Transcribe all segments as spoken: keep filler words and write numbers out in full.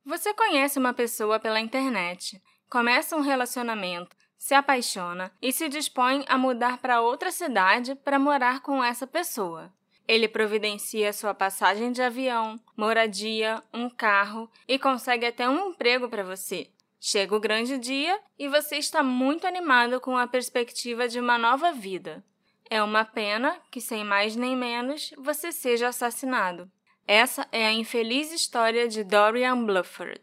Você conhece uma pessoa pela internet, começa um relacionamento, se apaixona e se dispõe a mudar para outra cidade para morar com essa pessoa. Ele providencia sua passagem de avião, moradia, um carro e consegue até um emprego para você. Chega o grande dia e você está muito animado com a perspectiva de uma nova vida. É uma pena que, sem mais nem menos, você seja assassinado. Essa é a infeliz história de Dorian Bluford.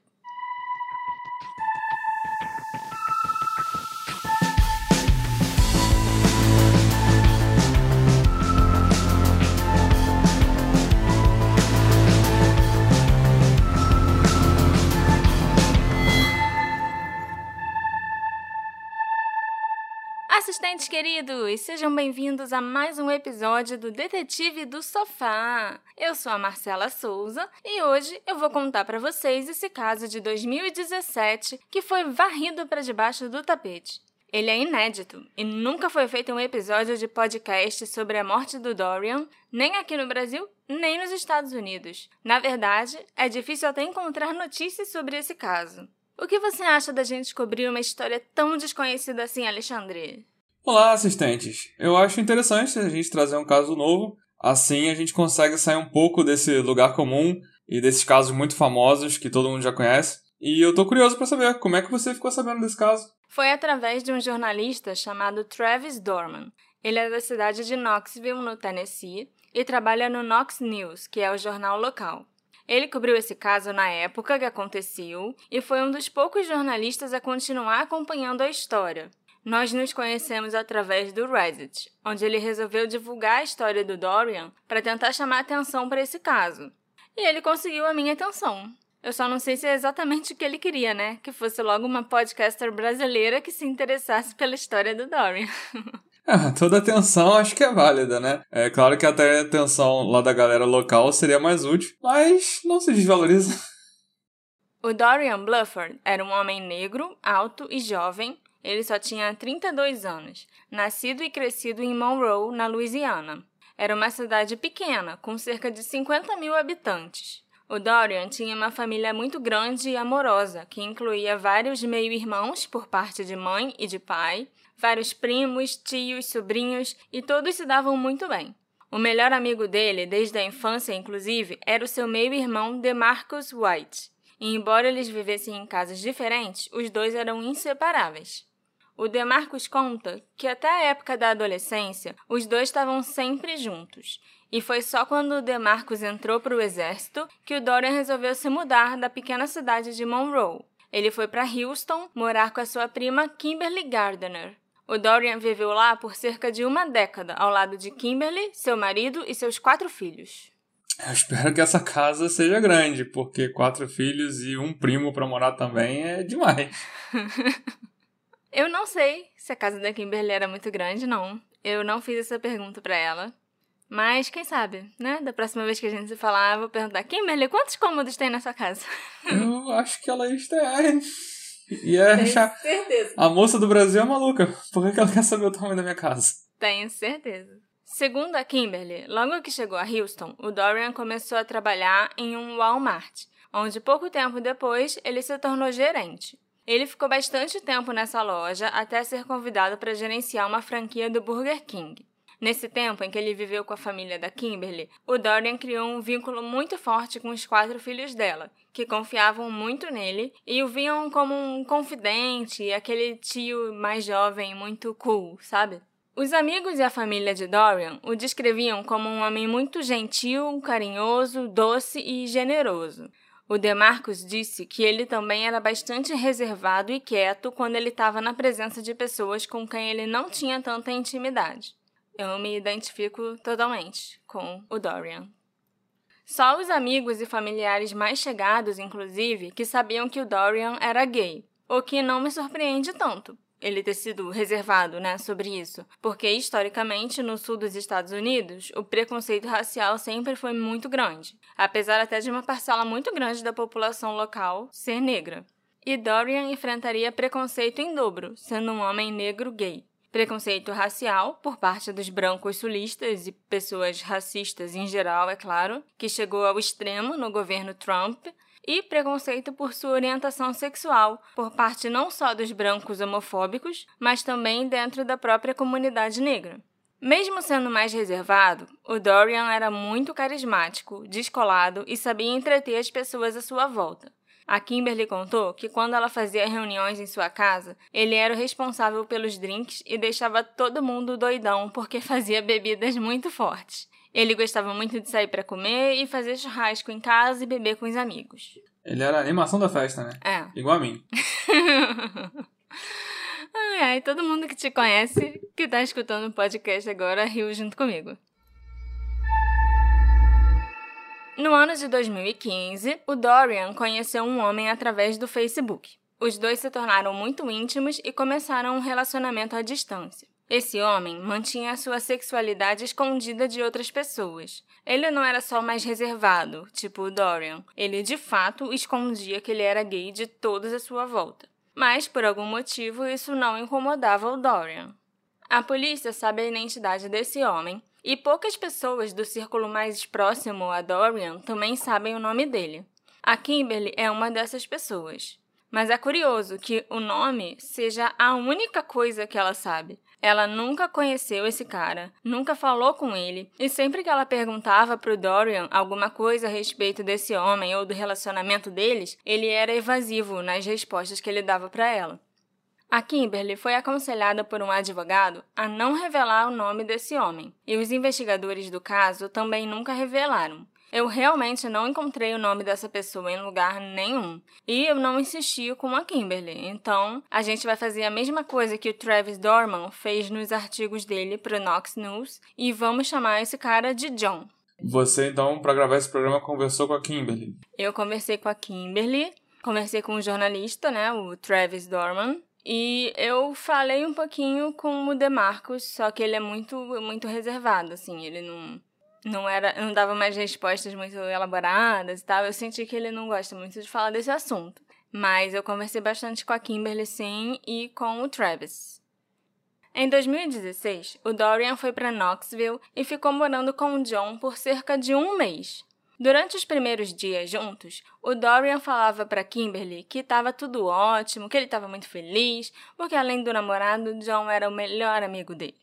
Assistentes queridos, sejam bem-vindos a mais um episódio do Detetive do Sofá. Eu sou a Marcela Souza e hoje eu vou contar para vocês esse caso de dois mil e dezessete que foi varrido para debaixo do tapete. Ele é inédito e nunca foi feito um episódio de podcast sobre a morte do Dorian, nem aqui no Brasil, nem nos Estados Unidos. Na verdade, é difícil até encontrar notícias sobre esse caso. O que você acha da gente descobrir uma história tão desconhecida assim, Alexandre? Olá, assistentes! Eu acho interessante a gente trazer um caso novo, assim a gente consegue sair um pouco desse lugar comum e desses casos muito famosos que todo mundo já conhece. E eu tô curioso para saber, como é que você ficou sabendo desse caso? Foi através de um jornalista chamado Travis Dorman. Ele é da cidade de Knoxville, no Tennessee, e trabalha no Knox News, que é o jornal local. Ele cobriu esse caso na época que aconteceu e foi um dos poucos jornalistas a continuar acompanhando a história. Nós nos conhecemos através do Reddit, onde ele resolveu divulgar a história do Dorian para tentar chamar atenção para esse caso. E ele conseguiu a minha atenção. Eu só não sei se é exatamente o que ele queria, né? Que fosse logo uma podcaster brasileira que se interessasse pela história do Dorian. Ah, toda atenção acho que é válida, né? É claro que até a atenção lá da galera local seria mais útil, mas não se desvaloriza. O Dorian Bluford era um homem negro, alto e jovem. Ele só tinha trinta e dois anos, nascido e crescido em Monroe, na Louisiana. Era uma cidade pequena, com cerca de cinquenta mil habitantes. O Dorian tinha uma família muito grande e amorosa, que incluía vários meio-irmãos por parte de mãe e de pai, vários primos, tios, sobrinhos, e todos se davam muito bem. O melhor amigo dele, desde a infância inclusive, era o seu meio-irmão DeMarcus White. E embora eles vivessem em casas diferentes, os dois eram inseparáveis. O DeMarcus conta que até a época da adolescência, os dois estavam sempre juntos. E foi só quando o DeMarcus entrou para o exército que o Dorian resolveu se mudar da pequena cidade de Monroe. Ele foi para Houston morar com a sua prima Kimberly Gardner. O Dorian viveu lá por cerca de uma década, ao lado de Kimberly, seu marido e seus quatro filhos. Eu espero que essa casa seja grande, porque quatro filhos e um primo para morar também é demais. Eu não sei se a casa da Kimberly era muito grande, não. Eu não fiz essa pergunta pra ela. Mas quem sabe, né? Da próxima vez que a gente se falar, eu vou perguntar: Kimberly, quantos cômodos tem na sua casa? Eu acho que ela está... E é Tenho achar... certeza. A moça do Brasil é maluca. Por que ela quer saber o tamanho da minha casa? Tenho certeza. Segundo a Kimberly, logo que chegou a Houston, o Dorian começou a trabalhar em um Walmart, onde pouco tempo depois ele se tornou gerente. Ele ficou bastante tempo nessa loja até ser convidado para gerenciar uma franquia do Burger King. Nesse tempo em que ele viveu com a família da Kimberly, o Dorian criou um vínculo muito forte com os quatro filhos dela, que confiavam muito nele e o viam como um confidente, aquele tio mais jovem, muito cool, sabe? Os amigos e a família de Dorian o descreviam como um homem muito gentil, carinhoso, doce e generoso. O DeMarcus disse que ele também era bastante reservado e quieto quando ele estava na presença de pessoas com quem ele não tinha tanta intimidade. Eu me identifico totalmente com o Dorian. Só os amigos e familiares mais chegados, inclusive, que sabiam que o Dorian era gay, o que não me surpreende tanto. Ele ter sido reservado, né, sobre isso, porque, historicamente, no sul dos Estados Unidos, o preconceito racial sempre foi muito grande, apesar até de uma parcela muito grande da população local ser negra. E Dorian enfrentaria preconceito em dobro, sendo um homem negro gay. Preconceito racial, por parte dos brancos sulistas e pessoas racistas em geral, é claro, que chegou ao extremo no governo Trump, e preconceito por sua orientação sexual, por parte não só dos brancos homofóbicos, mas também dentro da própria comunidade negra. Mesmo sendo mais reservado, o Dorian era muito carismático, descolado e sabia entreter as pessoas à sua volta. A Kimberly contou que quando ela fazia reuniões em sua casa, ele era o responsável pelos drinks e deixava todo mundo doidão porque fazia bebidas muito fortes. Ele gostava muito de sair para comer e fazer churrasco em casa e beber com os amigos. Ele era a animação da festa, né? É. Igual a mim. Ai, ai, todo mundo que te conhece, que tá escutando o podcast agora, riu junto comigo. No ano de dois mil e quinze, o Dorian conheceu um homem através do Facebook. Os dois se tornaram muito íntimos e começaram um relacionamento à distância. Esse homem mantinha a sua sexualidade escondida de outras pessoas. Ele não era só mais reservado, tipo o Dorian. Ele, de fato, escondia que ele era gay de todos à sua volta. Mas, por algum motivo, isso não incomodava o Dorian. A polícia sabe a identidade desse homem, e poucas pessoas do círculo mais próximo a Dorian também sabem o nome dele. A Kimberly é uma dessas pessoas. Mas é curioso que o nome seja a única coisa que ela sabe. Ela nunca conheceu esse cara, nunca falou com ele, e sempre que ela perguntava pro Dorian alguma coisa a respeito desse homem ou do relacionamento deles, ele era evasivo nas respostas que ele dava para ela. A Kimberly foi aconselhada por um advogado a não revelar o nome desse homem, e os investigadores do caso também nunca revelaram. Eu realmente não encontrei o nome dessa pessoa em lugar nenhum. E eu não insisti com a Kimberly. Então, a gente vai fazer a mesma coisa que o Travis Dorman fez nos artigos dele pro Knox News e vamos chamar esse cara de John. Você, então, para gravar esse programa, conversou com a Kimberly? Eu conversei com a Kimberly, conversei com o jornalista, né, o Travis Dorman, e eu falei um pouquinho com o DeMarcus, só que ele é muito, muito reservado, assim, ele não... Não, era, não dava mais respostas muito elaboradas e tal. Eu senti que ele não gosta muito de falar desse assunto. Mas eu conversei bastante com a Kimberly, sim, e com o Travis. Em dois mil e dezesseis, o Dorian foi para Knoxville e ficou morando com o John por cerca de um mês. Durante os primeiros dias juntos, o Dorian falava para Kimberly que estava tudo ótimo, que ele estava muito feliz, porque além do namorado, o John era o melhor amigo dele.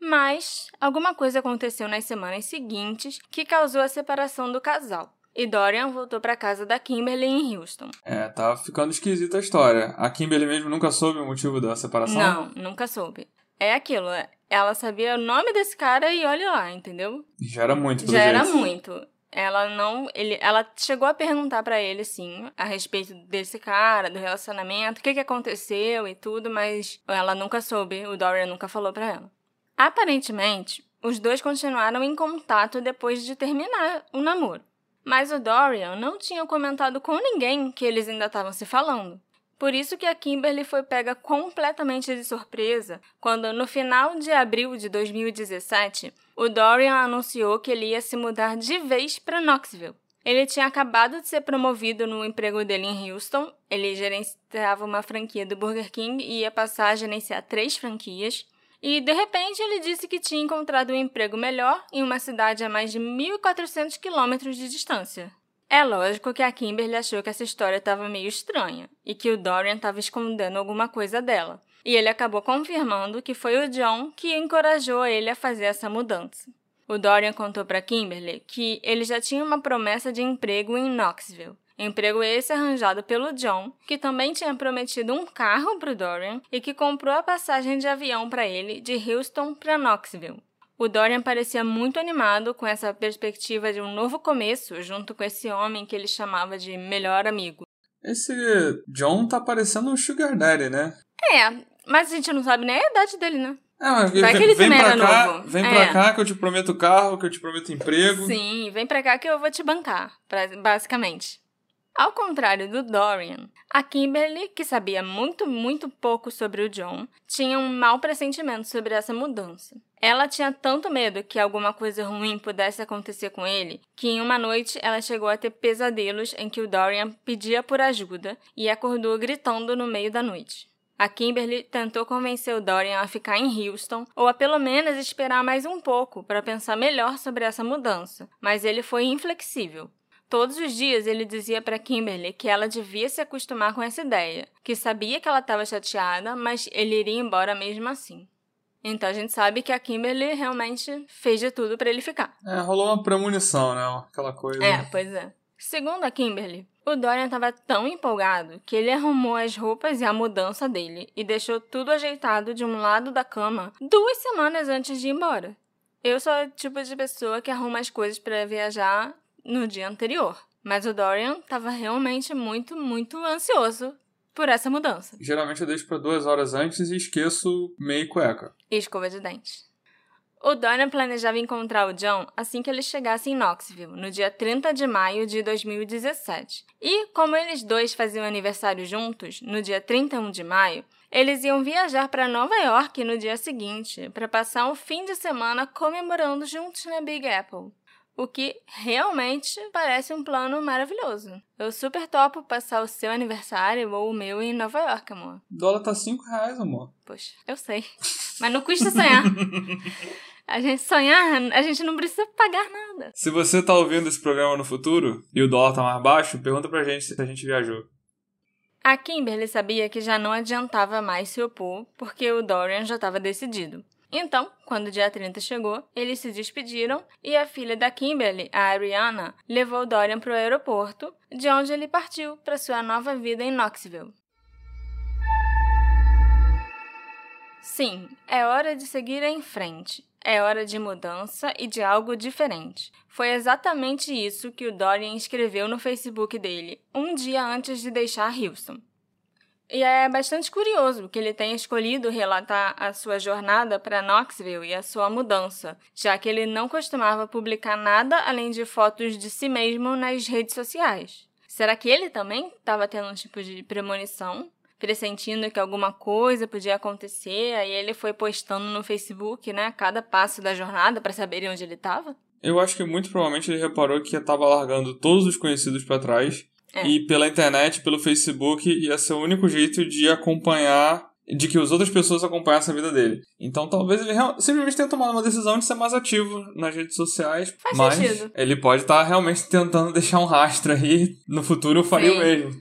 Mas alguma coisa aconteceu nas semanas seguintes que causou a separação do casal. E Dorian voltou para casa da Kimberly em Houston. É, tá ficando esquisita a história. A Kimberly mesmo nunca soube o motivo da separação? Não, nunca soube. É aquilo, ela sabia o nome desse cara e olha lá, entendeu? Já era muito, pelo Já jeito. era muito. Ela não, ele, ela chegou a perguntar pra ele, sim, a respeito desse cara, do relacionamento, o que que aconteceu e tudo, mas ela nunca soube, o Dorian nunca falou pra ela. Aparentemente, os dois continuaram em contato depois de terminar o namoro. Mas o Dorian não tinha comentado com ninguém que eles ainda estavam se falando. Por isso que a Kimberly foi pega completamente de surpresa quando, no final de abril de dois mil e dezessete, o Dorian anunciou que ele ia se mudar de vez para Knoxville. Ele tinha acabado de ser promovido no emprego dele em Houston, ele gerenciava uma franquia do Burger King e ia passar a gerenciar três franquias. E, de repente, ele disse que tinha encontrado um emprego melhor em uma cidade a mais de mil e quatrocentos quilômetros de distância. É lógico que a Kimberly achou que essa história estava meio estranha e que o Dorian estava escondendo alguma coisa dela. E ele acabou confirmando que foi o John que encorajou ele a fazer essa mudança. O Dorian contou para Kimberly que ele já tinha uma promessa de emprego em Knoxville. Emprego esse arranjado pelo John, que também tinha prometido um carro para o Dorian e que comprou a passagem de avião para ele de Houston para Knoxville. O Dorian parecia muito animado com essa perspectiva de um novo começo junto com esse homem que ele chamava de melhor amigo. Esse John tá parecendo um sugar daddy, né? É, mas a gente não sabe nem a idade dele, né? É, mas Vai vem, que ele vem também pra era cá, novo. Vem É. pra cá que eu te prometo carro, que eu te prometo emprego. Sim, vem pra cá que eu vou te bancar, pra- basicamente. Ao contrário do Dorian, a Kimberly, que sabia muito, muito pouco sobre o John, tinha um mau pressentimento sobre essa mudança. Ela tinha tanto medo que alguma coisa ruim pudesse acontecer com ele, que em uma noite ela chegou a ter pesadelos em que o Dorian pedia por ajuda e acordou gritando no meio da noite. A Kimberly tentou convencer o Dorian a ficar em Houston ou a pelo menos esperar mais um pouco para pensar melhor sobre essa mudança, mas ele foi inflexível. Todos os dias ele dizia para Kimberly que ela devia se acostumar com essa ideia, que sabia que ela estava chateada, mas ele iria embora mesmo assim. Então a gente sabe que a Kimberly realmente fez de tudo para ele ficar. É, rolou uma premonição, né? Aquela coisa. É, pois é. Segundo a Kimberly, o Dorian estava tão empolgado que ele arrumou as roupas e a mudança dele e deixou tudo ajeitado de um lado da cama duas semanas antes de ir embora. Eu sou o tipo de pessoa que arruma as coisas para viajar no dia anterior. Mas o Dorian estava realmente muito, muito ansioso por essa mudança. Geralmente eu deixo para duas horas antes e esqueço meia cueca. E escova de dente. O Dorian planejava encontrar o John assim que ele chegasse em Knoxville, no dia trinta de maio de dois mil e dezessete. E, como eles dois faziam aniversário juntos, no dia trinta e um de maio, eles iam viajar para Nova York no dia seguinte, para passar um fim de semana comemorando juntos na Big Apple. O que realmente parece um plano maravilhoso. Eu super topo passar o seu aniversário ou o meu em Nova York, amor. O dólar tá cinco reais, amor. Poxa, eu sei. Mas não custa sonhar. A gente sonhar, a gente não precisa pagar nada. Se você tá ouvindo esse programa no futuro e o dólar tá mais baixo, pergunta pra gente se a gente viajou. A Kimberly sabia que já não adiantava mais se opor, porque o Dorian já estava decidido. Então, quando o dia trinta chegou, eles se despediram e a filha da Kimberly, a Ariana, levou o Dorian para o aeroporto, de onde ele partiu para sua nova vida em Knoxville. Sim, é hora de seguir em frente. É hora de mudança e de algo diferente. Foi exatamente isso que o Dorian escreveu no Facebook dele, um dia antes de deixar Houston. E é bastante curioso que ele tenha escolhido relatar a sua jornada para Knoxville e a sua mudança, já que ele não costumava publicar nada além de fotos de si mesmo nas redes sociais. Será que ele também estava tendo um tipo de premonição, pressentindo que alguma coisa podia acontecer, aí ele foi postando no Facebook, né, cada passo da jornada para saber onde ele estava? Eu acho que muito provavelmente ele reparou que estava largando todos os conhecidos para trás. É. E pela internet, pelo Facebook, ia ser o único jeito de acompanhar, de que as outras pessoas acompanhassem a vida dele. Então talvez ele simplesmente tenha tomado uma decisão de ser mais ativo nas redes sociais. Faz mas sentido. Ele pode estar realmente tentando deixar um rastro aí. No futuro eu faria Sim. o mesmo.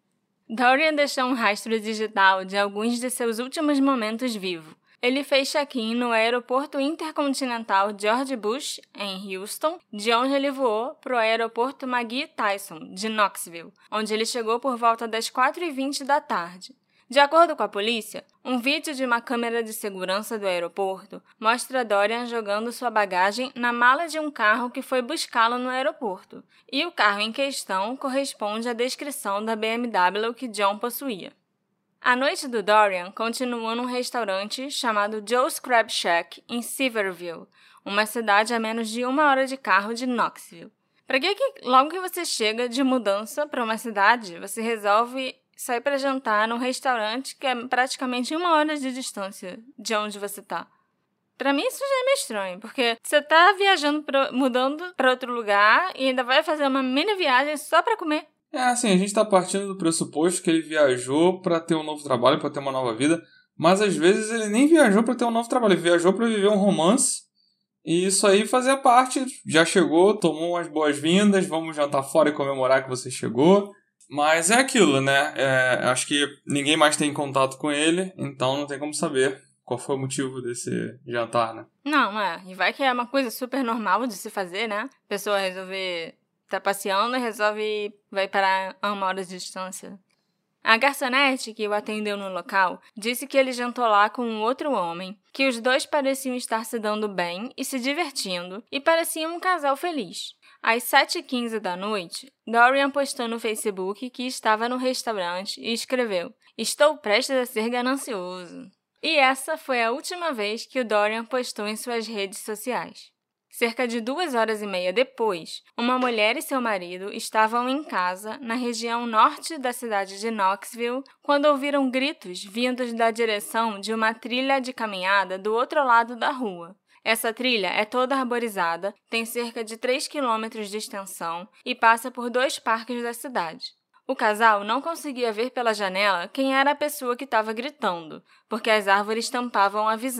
Dorian deixou um rastro digital de alguns de seus últimos momentos vivo. Ele fez check-in no aeroporto intercontinental George Bush, em Houston, de onde ele voou para o aeroporto McGhee Tyson, de Knoxville, onde ele chegou por volta das quatro e vinte da tarde. De acordo com a polícia, um vídeo de uma câmera de segurança do aeroporto mostra Dorian jogando sua bagagem na mala de um carro que foi buscá-lo no aeroporto, e o carro em questão corresponde à descrição da B M W que John possuía. A noite do Dorian continuou num restaurante chamado Joe's Crab Shack, em Sevierville, uma cidade a menos de uma hora de carro de Knoxville. Para que, que logo que você chega de mudança para uma cidade, você resolve sair para jantar num restaurante que é praticamente uma hora de distância de onde você tá? Para mim isso já é meio estranho, porque você tá viajando, pra, mudando para outro lugar e ainda vai fazer uma mini viagem só para comer. É, assim, a gente tá partindo do pressuposto que ele viajou pra ter um novo trabalho, pra ter uma nova vida, mas às vezes ele nem viajou pra ter um novo trabalho, ele viajou pra viver um romance, e isso aí fazia parte, já chegou, tomou umas boas-vindas, vamos jantar fora e comemorar que você chegou, mas é aquilo, né, é, acho que ninguém mais tem contato com ele, então não tem como saber qual foi o motivo desse jantar, né? Não, é, e vai que é uma coisa super normal de se fazer, né, a pessoa resolver... tá passeando e resolve vai parar a uma hora de distância. A garçonete que o atendeu no local disse que ele jantou lá com um outro homem, que os dois pareciam estar se dando bem e se divertindo, e pareciam um casal feliz. Às sete e quinze da noite, Dorian postou no Facebook que estava no restaurante e escreveu: "Estou prestes a ser ganancioso." E essa foi a última vez que o Dorian postou em suas redes sociais. Cerca de duas horas e meia depois, uma mulher e seu marido estavam em casa, na região norte da cidade de Knoxville, quando ouviram gritos vindos da direção de uma trilha de caminhada do outro lado da rua. Essa trilha é toda arborizada, tem cerca de três quilômetros de extensão e passa por dois parques da cidade. O casal não conseguia ver pela janela quem era a pessoa que estava gritando, porque as árvores tampavam a visão.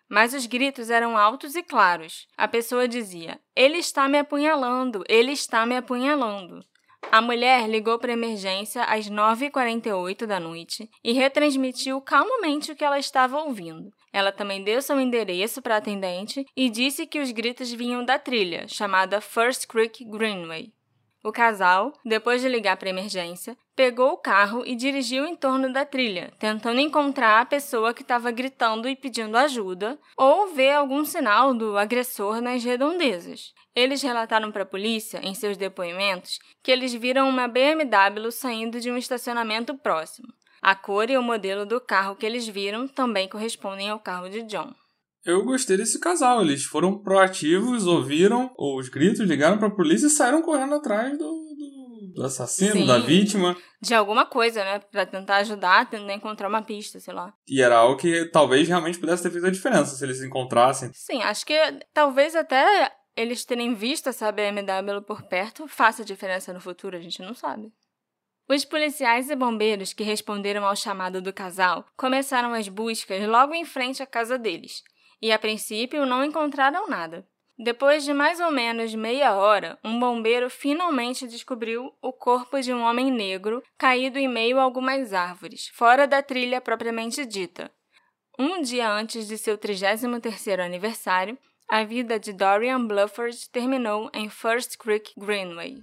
mas os gritos eram altos e claros. A pessoa dizia: "Ele está me apunhalando, ele está me apunhalando." A mulher ligou para a emergência às nove e quarenta e oito da noite e retransmitiu calmamente o que ela estava ouvindo. Ela também deu seu endereço para a atendente e disse que os gritos vinham da trilha, chamada First Creek Greenway. O casal, depois de ligar para a emergência, pegou o carro e dirigiu em torno da trilha, tentando encontrar a pessoa que estava gritando e pedindo ajuda ou ver algum sinal do agressor nas redondezas. Eles relataram para a polícia, em seus depoimentos, que eles viram uma B M W saindo de um estacionamento próximo. A cor e o modelo do carro que eles viram também correspondem ao carro de John. Eu gostei desse casal. Eles foram proativos, ouviram os gritos, ligaram para a polícia e saíram correndo atrás do, do, do assassino, Sim, da vítima. De alguma coisa, né? Para tentar ajudar, tentar encontrar uma pista, sei lá. E era algo que talvez realmente pudesse ter feito a diferença, se eles se encontrassem. Sim, acho que talvez até eles terem visto essa B M W por perto faça diferença no futuro, a gente não sabe. Os policiais e bombeiros que responderam ao chamado do casal começaram as buscas logo em frente à casa deles, e a princípio não encontraram nada. Depois de mais ou menos meia hora, um bombeiro finalmente descobriu o corpo de um homem negro caído em meio a algumas árvores, fora da trilha propriamente dita. Um dia antes de seu trigésimo terceiro aniversário, a vida de Dorian Blufford terminou em First Creek Greenway.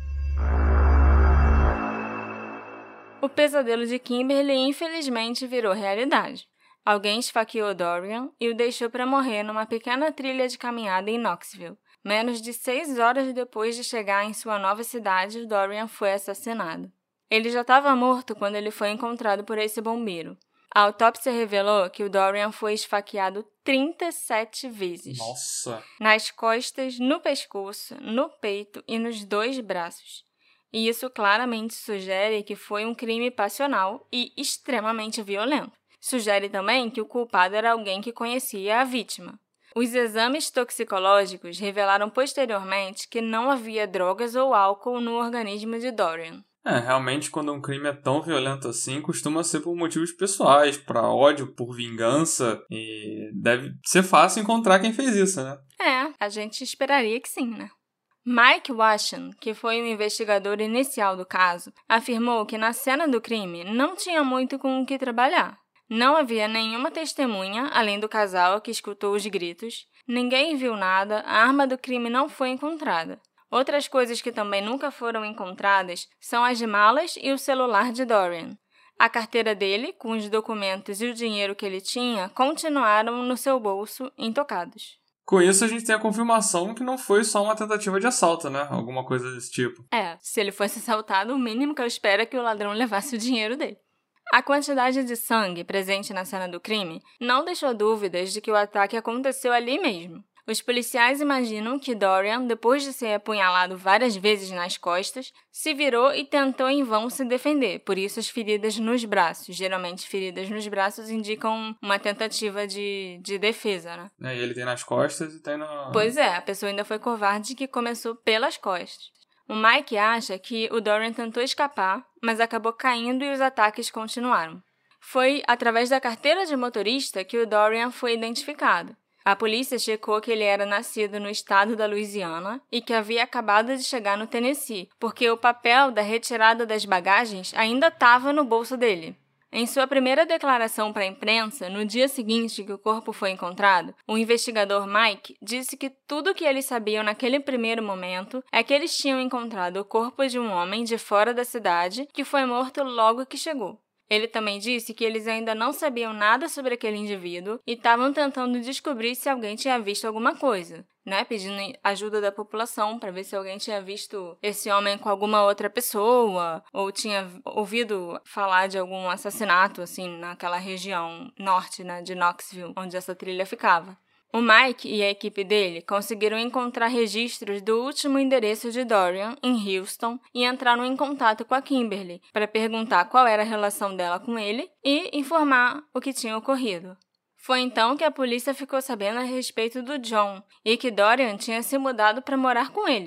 O pesadelo de Kimberly infelizmente virou realidade. Alguém esfaqueou Dorian e o deixou para morrer numa pequena trilha de caminhada em Knoxville. Menos de seis horas depois de chegar em sua nova cidade, Dorian foi assassinado. Ele já estava morto quando ele foi encontrado por esse bombeiro. A autópsia revelou que o Dorian foi esfaqueado trinta e sete vezes. Nossa! Nas costas, no pescoço, no peito e nos dois braços. E isso claramente sugere que foi um crime passional e extremamente violento. Sugere também que o culpado era alguém que conhecia a vítima. Os exames toxicológicos revelaram posteriormente que não havia drogas ou álcool no organismo de Dorian. É, realmente, quando um crime é tão violento assim, costuma ser por motivos pessoais, para ódio, por vingança, e deve ser fácil encontrar quem fez isso, né? É, a gente esperaria que sim, né? Mike Washan, que foi o investigador inicial do caso, afirmou que na cena do crime não tinha muito com o que trabalhar. Não havia nenhuma testemunha, além do casal que escutou os gritos, ninguém viu nada, a arma do crime não foi encontrada. Outras coisas que também nunca foram encontradas são as malas e o celular de Dorian. A carteira dele, com os documentos e o dinheiro que ele tinha, continuaram no seu bolso, intocados. Com isso, a gente tem a confirmação que não foi só uma tentativa de assalto, né? Alguma coisa desse tipo. É, se ele fosse assaltado, o mínimo que eu espero é que o ladrão levasse o dinheiro dele. A quantidade de sangue presente na cena do crime não deixou dúvidas de que o ataque aconteceu ali mesmo. Os policiais imaginam que Dorian, depois de ser apunhalado várias vezes nas costas, se virou e tentou em vão se defender, por isso as feridas nos braços. Geralmente, feridas nos braços indicam uma tentativa de, de defesa, né? É, e ele tem nas costas e tem no... Pois é, a pessoa ainda foi covarde que começou pelas costas. O Mike acha que o Dorian tentou escapar, mas acabou caindo e os ataques continuaram. Foi através da carteira de motorista que o Dorian foi identificado. A polícia checou que ele era nascido no estado da Louisiana e que havia acabado de chegar no Tennessee, porque o papel da retirada das bagagens ainda estava no bolso dele. Em sua primeira declaração para a imprensa, no dia seguinte que o corpo foi encontrado, o investigador Mike disse que tudo o que eles sabiam naquele primeiro momento é que eles tinham encontrado o corpo de um homem de fora da cidade que foi morto logo que chegou. Ele também disse que eles ainda não sabiam nada sobre aquele indivíduo e estavam tentando descobrir se alguém tinha visto alguma coisa, né? Pedindo ajuda da população para ver se alguém tinha visto esse homem com alguma outra pessoa ou tinha ouvido falar de algum assassinato, assim, naquela região norte, né, de Knoxville, onde essa trilha ficava. O Mike e a equipe dele conseguiram encontrar registros do último endereço de Dorian, em Houston, e entraram em contato com a Kimberly para perguntar qual era a relação dela com ele e informar o que tinha ocorrido. Foi então que a polícia ficou sabendo a respeito do John e que Dorian tinha se mudado para morar com ele.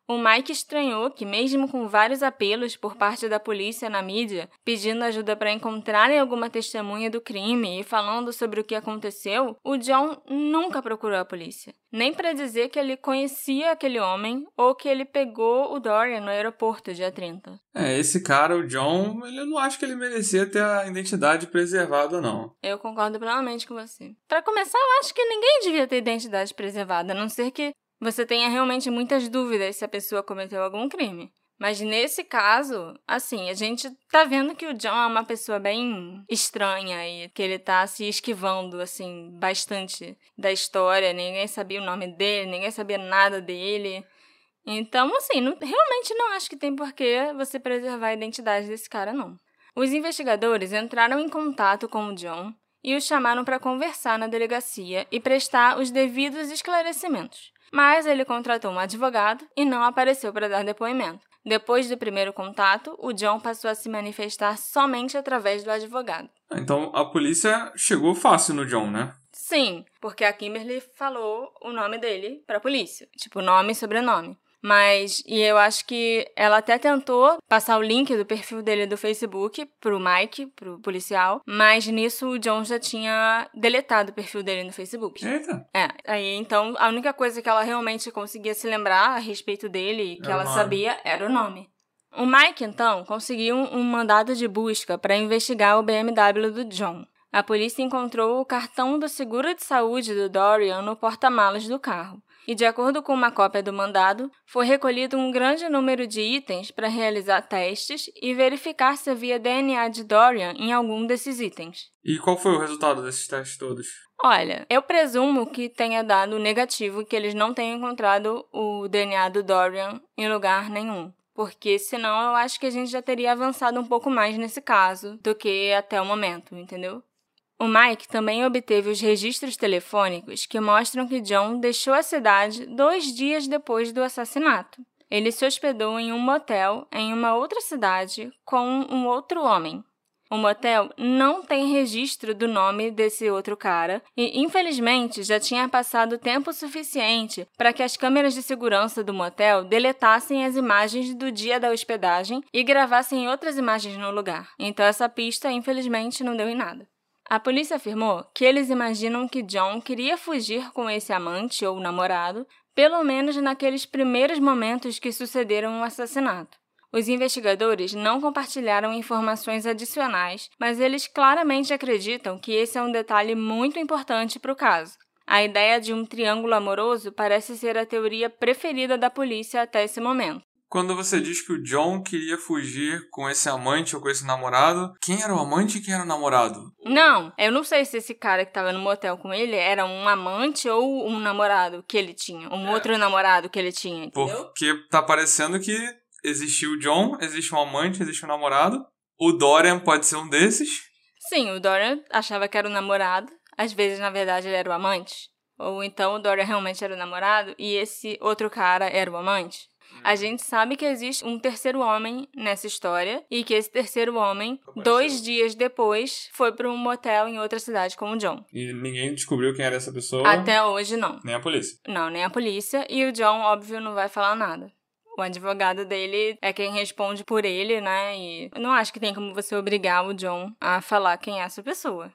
O Mike estranhou que, mesmo com vários apelos por parte da polícia na mídia, pedindo ajuda para encontrarem alguma testemunha do crime e falando sobre o que aconteceu, o John nunca procurou a polícia. Nem para dizer que ele conhecia aquele homem ou que ele pegou o Dorian no aeroporto dia trinta. É, esse cara, o John, ele eu não acho que ele merecia ter a identidade preservada, não. Eu concordo plenamente com você. Para começar, eu acho que ninguém devia ter identidade preservada, a não ser que você tenha realmente muitas dúvidas se a pessoa cometeu algum crime. Mas nesse caso, assim, a gente tá vendo que o John é uma pessoa bem estranha e que ele tá se esquivando, assim, bastante da história. Ninguém sabia o nome dele, ninguém sabia nada dele. Então, assim, não, realmente não acho que tem por que você preservar a identidade desse cara, não. Os investigadores entraram em contato com o John e o chamaram para conversar na delegacia e prestar os devidos esclarecimentos. Mas ele contratou um advogado e não apareceu para dar depoimento. Depois do primeiro contato, o John passou a se manifestar somente através do advogado. Então a polícia chegou fácil no John, né? Sim, porque a Kimberly falou o nome dele para a polícia. Tipo, nome e sobrenome. Mas, e eu acho que ela até tentou passar o link do perfil dele do Facebook pro Mike, pro policial, mas nisso o John já tinha deletado o perfil dele no Facebook. Eita! É, aí então a única coisa que ela realmente conseguia se lembrar a respeito dele e que Era ela o nome. sabia era o nome. O Mike, então, conseguiu um mandado de busca para investigar o B M W do John. A polícia encontrou o cartão do seguro de saúde do Dorian no porta-malas do carro. E, de acordo com uma cópia do mandado, foi recolhido um grande número de itens para realizar testes e verificar se havia D N A de Dorian em algum desses itens. E qual foi o resultado desses testes todos? Olha, eu presumo que tenha dado negativo, que eles não tenham encontrado o D N A do Dorian em lugar nenhum. Porque senão eu acho que a gente já teria avançado um pouco mais nesse caso do que até o momento, entendeu? O Mike também obteve os registros telefônicos que mostram que John deixou a cidade dois dias depois do assassinato. Ele se hospedou em um motel em uma outra cidade com um outro homem. O motel não tem registro do nome desse outro cara e, infelizmente, já tinha passado tempo suficiente para que as câmeras de segurança do motel deletassem as imagens do dia da hospedagem e gravassem outras imagens no lugar. Então essa pista, infelizmente, não deu em nada. A polícia afirmou que eles imaginam que John queria fugir com esse amante ou namorado, pelo menos naqueles primeiros momentos que sucederam o assassinato. Os investigadores não compartilharam informações adicionais, mas eles claramente acreditam que esse é um detalhe muito importante para o caso. A ideia de um triângulo amoroso parece ser a teoria preferida da polícia até esse momento. Quando você diz que o John queria fugir com esse amante ou com esse namorado, quem era o amante e quem era o namorado? Não, eu não sei se esse cara que estava no motel com ele era um amante ou um namorado que ele tinha. Um é. outro namorado que ele tinha, entendeu? Porque tá parecendo que existiu o John, existe um amante, existe um namorado. O Dorian pode ser um desses. Sim, o Dorian achava que era o namorado. Às vezes, na verdade, ele era o amante. Ou então o Dorian realmente era o namorado e esse outro cara era o amante. A gente sabe que existe um terceiro homem nessa história e que esse terceiro homem, dois dias depois, foi para um motel em outra cidade com o John. E ninguém descobriu quem era essa pessoa? Até hoje, não. Nem a polícia? Não, nem a polícia. E o John, óbvio, não vai falar nada. O advogado dele é quem responde por ele, né? E eu não acho que tem como você obrigar o John a falar quem é essa pessoa.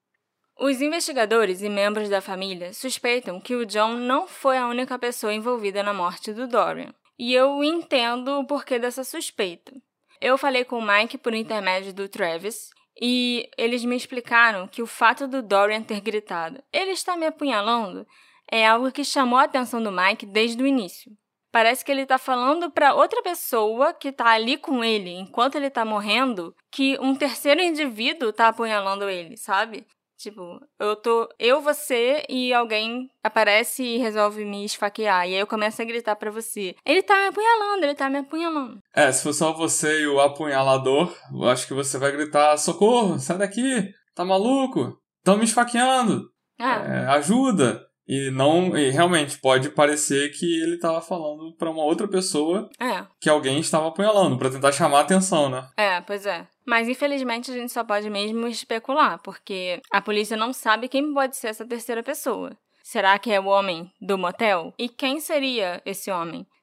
Os investigadores e membros da família suspeitam que o John não foi a única pessoa envolvida na morte do Dorian. E eu entendo o porquê dessa suspeita. Eu falei com o Mike por intermédio do Travis e eles me explicaram que o fato do Dorian ter gritado "ele está me apunhalando" é algo que chamou a atenção do Mike desde o início. Parece que ele está falando para outra pessoa que está ali com ele enquanto ele está morrendo que um terceiro indivíduo está apunhalando ele, sabe? Tipo, eu tô, eu, você e alguém aparece e resolve me esfaquear. E aí eu começo a gritar pra você: ele tá me apunhalando, ele tá me apunhalando. É, se for só você e o apunhalador, eu acho que você vai gritar: socorro, sai daqui, tá maluco? Tão me esfaqueando, Ah. é, ajuda. E não, e realmente pode parecer que ele tava falando pra uma outra pessoa é. que alguém estava apunhalando, pra tentar chamar a atenção, né? É, pois é. Mas infelizmente a gente só pode mesmo especular, porque a polícia não sabe quem pode ser essa terceira pessoa. Será que é o homem do motel? E quem seria esse homem?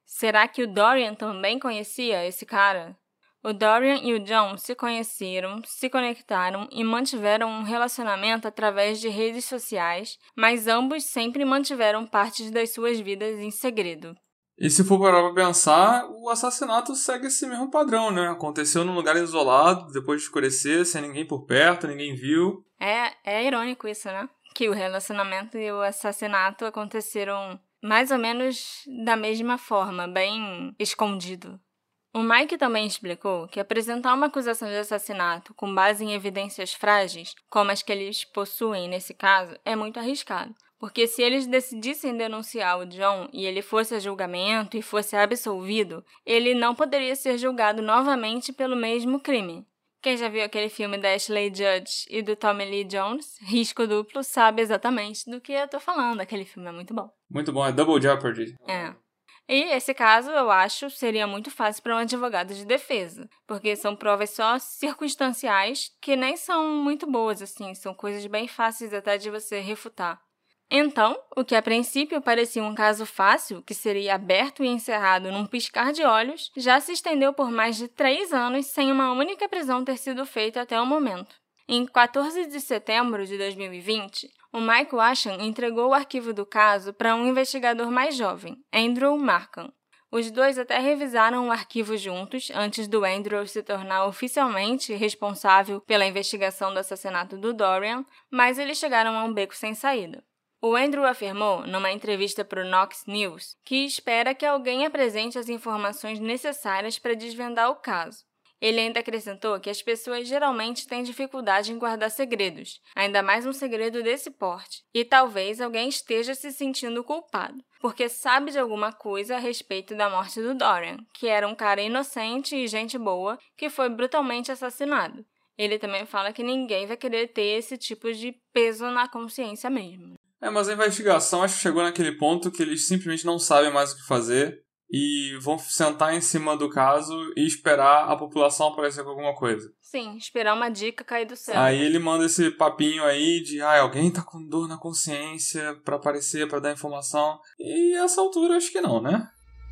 Será que o Dorian também conhecia esse cara? O Dorian e o John se conheceram, se conectaram e mantiveram um relacionamento através de redes sociais, mas ambos sempre mantiveram partes das suas vidas em segredo. E se for parar pra pensar, o assassinato segue esse mesmo padrão, né? Aconteceu num lugar isolado, depois de escurecer, sem ninguém por perto, ninguém viu. É, é irônico isso, né? Que o relacionamento e o assassinato aconteceram mais ou menos da mesma forma, bem escondido. O Mike também explicou que apresentar uma acusação de assassinato com base em evidências frágeis, como as que eles possuem nesse caso, é muito arriscado. Porque se eles decidissem denunciar o John e ele fosse a julgamento e fosse absolvido, ele não poderia ser julgado novamente pelo mesmo crime. Quem já viu aquele filme da Ashley Judd e do Tommy Lee Jones, Risco Duplo, sabe exatamente do que eu tô falando. Aquele filme é muito bom. Muito bom, é Double Jeopardy. É. E esse caso, eu acho, seria muito fácil para um advogado de defesa, porque são provas só circunstanciais que nem são muito boas, assim, são coisas bem fáceis até de você refutar. Então, o que a princípio parecia um caso fácil, que seria aberto e encerrado num piscar de olhos, já se estendeu por mais de três anos sem uma única prisão ter sido feita até o momento. Em quatorze de setembro de dois mil e vinte, o Mike Washan entregou o arquivo do caso para um investigador mais jovem, Andrew Markham. Os dois até revisaram o arquivo juntos antes do Andrew se tornar oficialmente responsável pela investigação do assassinato do Dorian, mas eles chegaram a um beco sem saída. O Andrew afirmou, numa entrevista para o Knox News, que espera que alguém apresente as informações necessárias para desvendar o caso. Ele ainda acrescentou que as pessoas geralmente têm dificuldade em guardar segredos, ainda mais um segredo desse porte, e talvez alguém esteja se sentindo culpado, porque sabe de alguma coisa a respeito da morte do Dorian, que era um cara inocente e gente boa que foi brutalmente assassinado. Ele também fala que ninguém vai querer ter esse tipo de peso na consciência mesmo. É, mas a investigação acho que chegou naquele ponto que eles simplesmente não sabem mais o que fazer e vão sentar em cima do caso e esperar a população aparecer com alguma coisa. Sim, esperar uma dica cair do céu. Aí ele manda esse papinho aí de ah, alguém tá com dor na consciência pra aparecer, pra dar informação. E essa altura acho que não, né?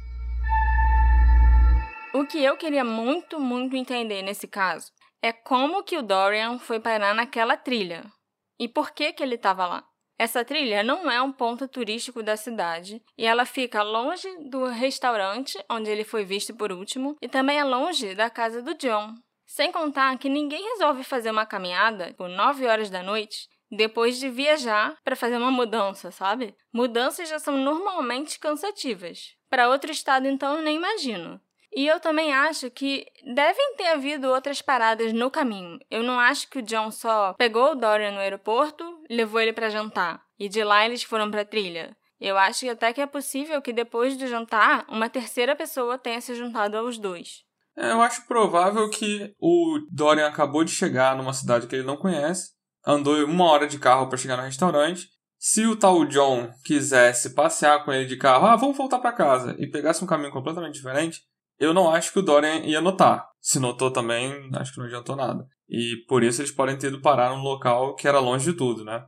O que eu queria muito, muito entender nesse caso é como que o Dorian foi parar naquela trilha. E por que que ele estava lá? Essa trilha não é um ponto turístico da cidade e ela fica longe do restaurante onde ele foi visto por último e também é longe da casa do John. Sem contar que ninguém resolve fazer uma caminhada por nove horas da noite depois de viajar para fazer uma mudança, sabe? Mudanças já são normalmente cansativas. Para outro estado, então, eu nem imagino. E eu também acho que devem ter havido outras paradas no caminho. Eu não acho que o John só pegou o Dorian no aeroporto, levou ele para jantar, e de lá eles foram para a trilha. Eu acho até que é possível que depois do jantar, uma terceira pessoa tenha se juntado aos dois. É, eu acho provável que o Dorian acabou de chegar numa cidade que ele não conhece, andou uma hora de carro para chegar no restaurante. Se o tal John quisesse passear com ele de carro, ah, vamos voltar para casa, e pegasse um caminho completamente diferente, eu não acho que o Dorian ia notar. Se notou também, acho que não adiantou nada. E por isso eles podem ter ido parar num local que era longe de tudo, né?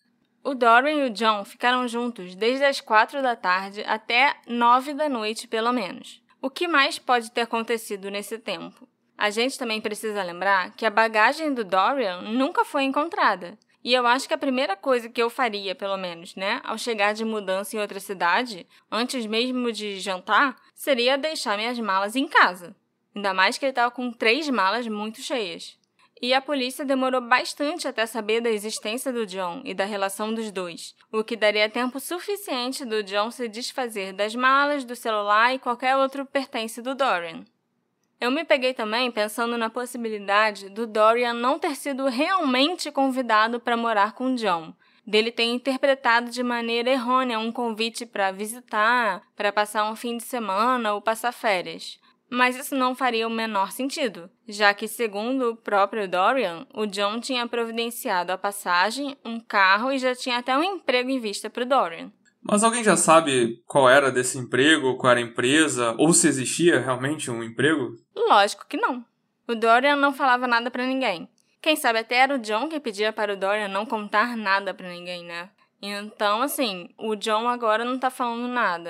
O Dorian e o John ficaram juntos desde as quatro da tarde até nove da noite, pelo menos. O que mais pode ter acontecido nesse tempo? A gente também precisa lembrar que a bagagem do Dorian nunca foi encontrada. E eu acho que a primeira coisa que eu faria, pelo menos, né, ao chegar de mudança em outra cidade, antes mesmo de jantar, seria deixar minhas malas em casa. Ainda mais que ele estava com três malas muito cheias. E a polícia demorou bastante até saber da existência do John e da relação dos dois, o que daria tempo suficiente do John se desfazer das malas, do celular e qualquer outro pertence do Dorian. Eu me peguei também pensando na possibilidade do Dorian não ter sido realmente convidado para morar com John, dele ter interpretado de maneira errônea um convite para visitar, para passar um fim de semana ou passar férias. Mas isso não faria o menor sentido, já que, segundo o próprio Dorian, o John tinha providenciado a passagem, um carro e já tinha até um emprego em vista para o Dorian. Mas alguém já sabe qual era desse emprego, qual era a empresa, ou se existia realmente um emprego? Lógico que não. O Dorian não falava nada pra ninguém. Quem sabe até era o John que pedia para o Dorian não contar nada pra ninguém, né? Então, assim, o John agora não tá falando nada.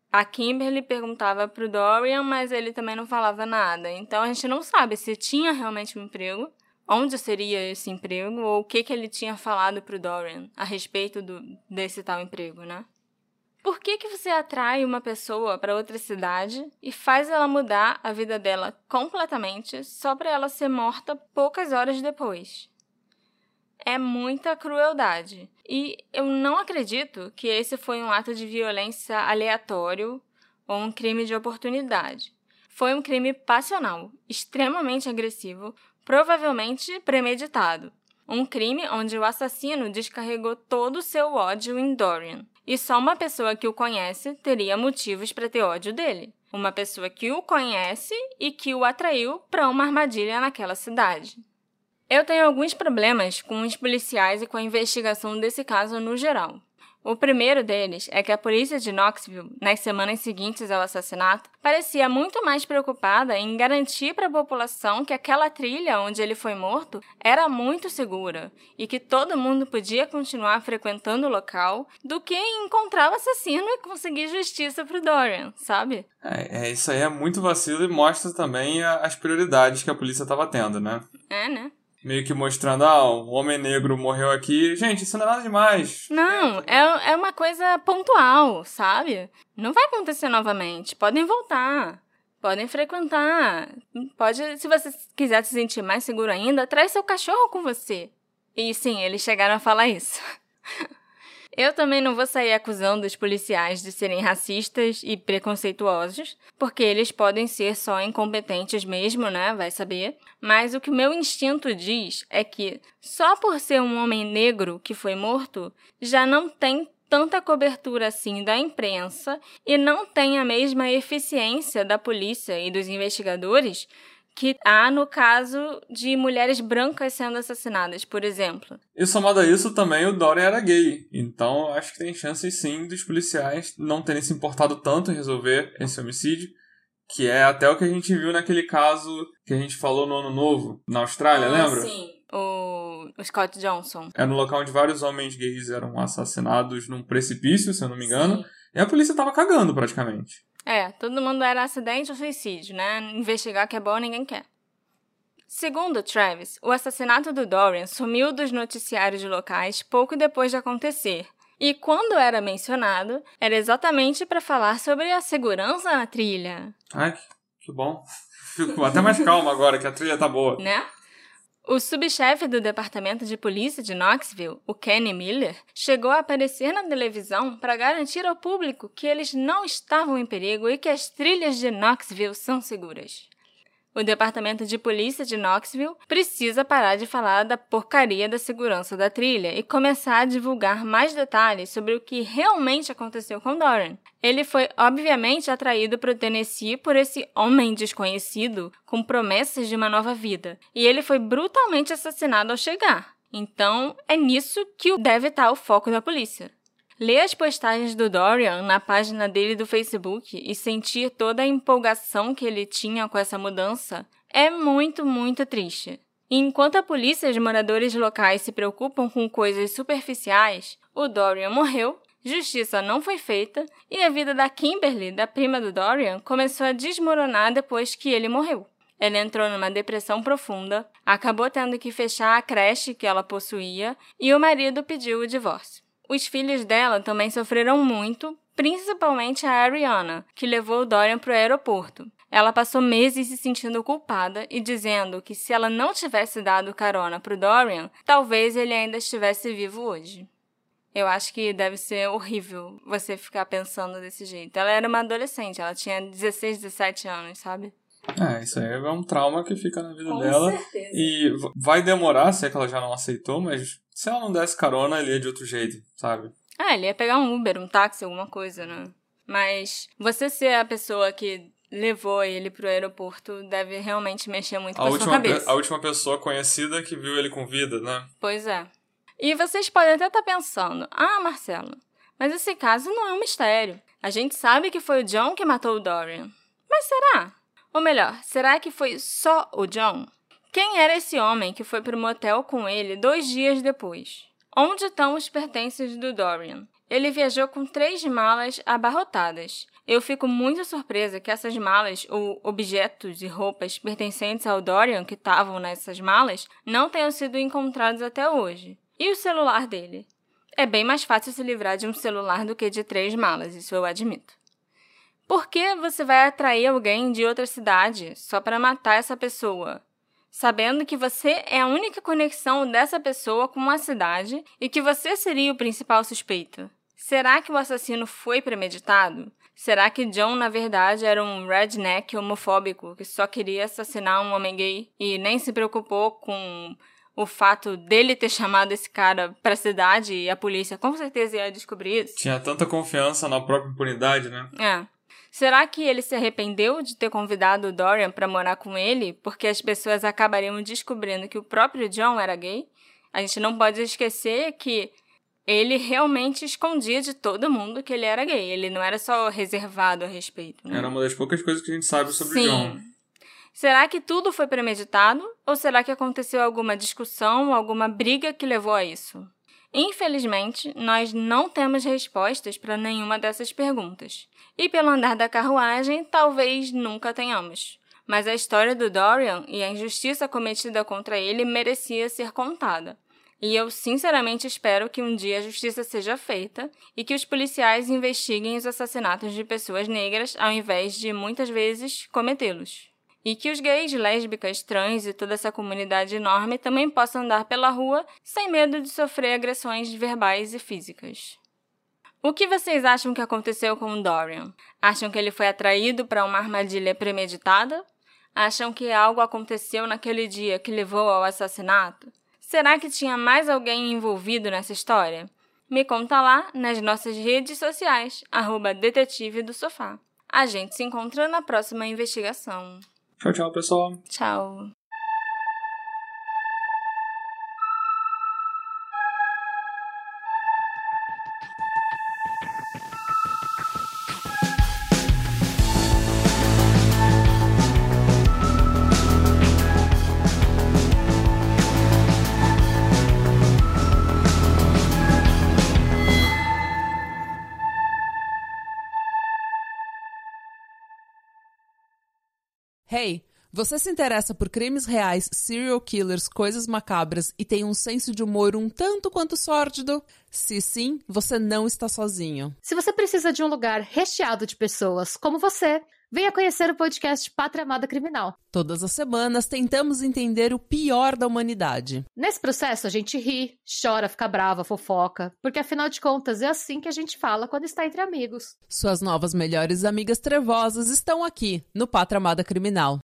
A Kimberly perguntava pro Dorian, mas ele também não falava nada. Então a gente não sabe se tinha realmente um emprego, onde seria esse emprego, ou o que, que ele tinha falado pro Dorian a respeito do, desse tal emprego, né? Por que que você atrai uma pessoa para outra cidade e faz ela mudar a vida dela completamente só para ela ser morta poucas horas depois? É muita crueldade. E eu não acredito que esse foi um ato de violência aleatório ou um crime de oportunidade. Foi um crime passional, extremamente agressivo, provavelmente premeditado. Um crime onde o assassino descarregou todo o seu ódio em Dorian. E só uma pessoa que o conhece teria motivos para ter ódio dele. Uma pessoa que o conhece e que o atraiu para uma armadilha naquela cidade. Eu tenho alguns problemas com os policiais e com a investigação desse caso no geral. O primeiro deles é que a polícia de Knoxville, nas semanas seguintes ao assassinato, parecia muito mais preocupada em garantir para a população que aquela trilha onde ele foi morto era muito segura e que todo mundo podia continuar frequentando o local do que em encontrar o assassino e conseguir justiça para o Dorian, sabe? É, é, isso aí é muito vacilo e mostra também a, as prioridades que a polícia estava tendo, né? É, né? Meio que mostrando, ah, um homem negro morreu aqui. Gente, isso não é nada demais. Não, é, é uma coisa pontual, sabe? Não vai acontecer novamente. Podem voltar. Podem frequentar. Pode, se você quiser se sentir mais seguro ainda, traz seu cachorro com você. E sim, eles chegaram a falar isso. Eu também não vou sair acusando os policiais de serem racistas e preconceituosos, porque eles podem ser só incompetentes mesmo, né? Vai saber. Mas o que o meu instinto diz é que, só por ser um homem negro que foi morto, já não tem tanta cobertura assim da imprensa e não tem a mesma eficiência da polícia e dos investigadores que há no caso de mulheres brancas sendo assassinadas, por exemplo. E somado a isso, também o Dorian era gay. Então, acho que tem chances sim dos policiais não terem se importado tanto em resolver esse homicídio, que é até o que a gente viu naquele caso que a gente falou no Ano Novo, na Austrália, ah, lembra? Sim. O... o Scott Johnson. É no local onde vários homens gays eram assassinados num precipício, se eu não me engano. Sim. E a polícia tava cagando, praticamente. É, todo mundo era acidente ou suicídio, né? Investigar que é bom, ninguém quer. Segundo Travis, o assassinato do Dorian sumiu dos noticiários locais pouco depois de acontecer. E quando era mencionado, era exatamente para falar sobre a segurança na trilha. Ai, que bom. Fico até mais calmo agora, que a trilha tá boa. Né? O subchefe do departamento de polícia de Knoxville, o Kenny Miller, chegou a aparecer na televisão para garantir ao público que eles não estavam em perigo e que as trilhas de Knoxville são seguras. O departamento de polícia de Knoxville precisa parar de falar da porcaria da segurança da trilha e começar a divulgar mais detalhes sobre o que realmente aconteceu com Dorian. Ele foi, obviamente, atraído para o Tennessee por esse homem desconhecido com promessas de uma nova vida. E ele foi brutalmente assassinado ao chegar. Então, é nisso que deve estar o foco da polícia. Ler as postagens do Dorian na página dele do Facebook e sentir toda a empolgação que ele tinha com essa mudança é muito, muito triste. E enquanto a polícia e os moradores locais se preocupam com coisas superficiais, o Dorian morreu, justiça não foi feita e a vida da Kimberly, da prima do Dorian, começou a desmoronar depois que ele morreu. Ela entrou numa depressão profunda, acabou tendo que fechar a creche que ela possuía e o marido pediu o divórcio. Os filhos dela também sofreram muito, principalmente a Ariana, que levou o Dorian para o aeroporto. Ela passou meses se sentindo culpada e dizendo que se ela não tivesse dado carona para o Dorian, talvez ele ainda estivesse vivo hoje. Eu acho que deve ser horrível você ficar pensando desse jeito. Ela era uma adolescente, ela tinha dezesseis, dezessete anos, sabe? É, isso aí é um trauma que fica na vida Com dela. certeza. E vai demorar, se é que ela já não aceitou, mas se ela não desse carona, ele ia de outro jeito, sabe? Ah, ele ia pegar um Uber, um táxi, alguma coisa, né? Mas você ser a pessoa que levou ele pro aeroporto deve realmente mexer muito com a, a sua cabeça. Pe- a última pessoa conhecida que viu ele com vida, né? Pois é. E vocês podem até estar pensando, ah, Marcelo, mas esse caso não é um mistério. A gente sabe que foi o John que matou o Dorian. Mas será? Ou melhor, será que foi só o John? Quem era esse homem que foi pro motel com ele dois dias depois? Onde estão os pertences do Dorian? ele viajou com três malas abarrotadas. Eu fico muito surpresa que essas malas, ou objetos e roupas pertencentes ao Dorian que estavam nessas malas, não tenham sido encontrados até hoje. E o celular dele? É bem mais fácil se livrar de um celular do que de três malas, isso eu admito. Por que você vai atrair alguém de outra cidade só para matar essa pessoa, sabendo que você é a única conexão dessa pessoa com a cidade e que você seria o principal suspeito? Será que o assassino foi premeditado? Será que John, na verdade, era um redneck homofóbico que só queria assassinar um homem gay e nem se preocupou com o fato dele ter chamado esse cara pra cidade e a polícia com certeza ia descobrir isso? Tinha tanta confiança na própria impunidade, né? É. Será que ele se arrependeu de ter convidado o Dorian pra morar com ele porque as pessoas acabariam descobrindo que o próprio John era gay? A gente não pode esquecer que ele realmente escondia de todo mundo que ele era gay. Ele não era só reservado a respeito. Né? Era uma das poucas coisas que a gente sabe sobre Sim. o John. Será que tudo foi premeditado? Ou será que aconteceu alguma discussão, alguma briga que levou a isso? Infelizmente, nós não temos respostas para nenhuma dessas perguntas. E pelo andar da carruagem, talvez nunca tenhamos. Mas a história do Dorian e a injustiça cometida contra ele merecia ser contada. E eu sinceramente espero que um dia a justiça seja feita e que os policiais investiguem os assassinatos de pessoas negras ao invés de, muitas vezes, cometê-los. E que os gays, lésbicas, trans e toda essa comunidade enorme também possam andar pela rua sem medo de sofrer agressões verbais e físicas. O que vocês acham que aconteceu com o Dorian? Acham que ele foi atraído para uma armadilha premeditada? Acham que algo aconteceu naquele dia que levou ao assassinato? Será que tinha mais alguém envolvido nessa história? Me conta lá nas nossas redes sociais, arroba Detetive do Sofá. A gente se encontra na próxima investigação. Tchau, tchau, pessoal. Tchau. Hey, você se interessa por crimes reais, serial killers, coisas macabras e tem um senso de humor um tanto quanto sórdido? Se sim, você não está sozinho. Se você precisa de um lugar recheado de pessoas como você, venha conhecer o podcast Pátria Amada Criminal. Todas as semanas tentamos entender o pior da humanidade. Nesse processo a gente ri, chora, fica brava, fofoca, porque afinal de contas é assim que a gente fala quando está entre amigos. Suas novas melhores amigas trevosas estão aqui no Pátria Amada Criminal.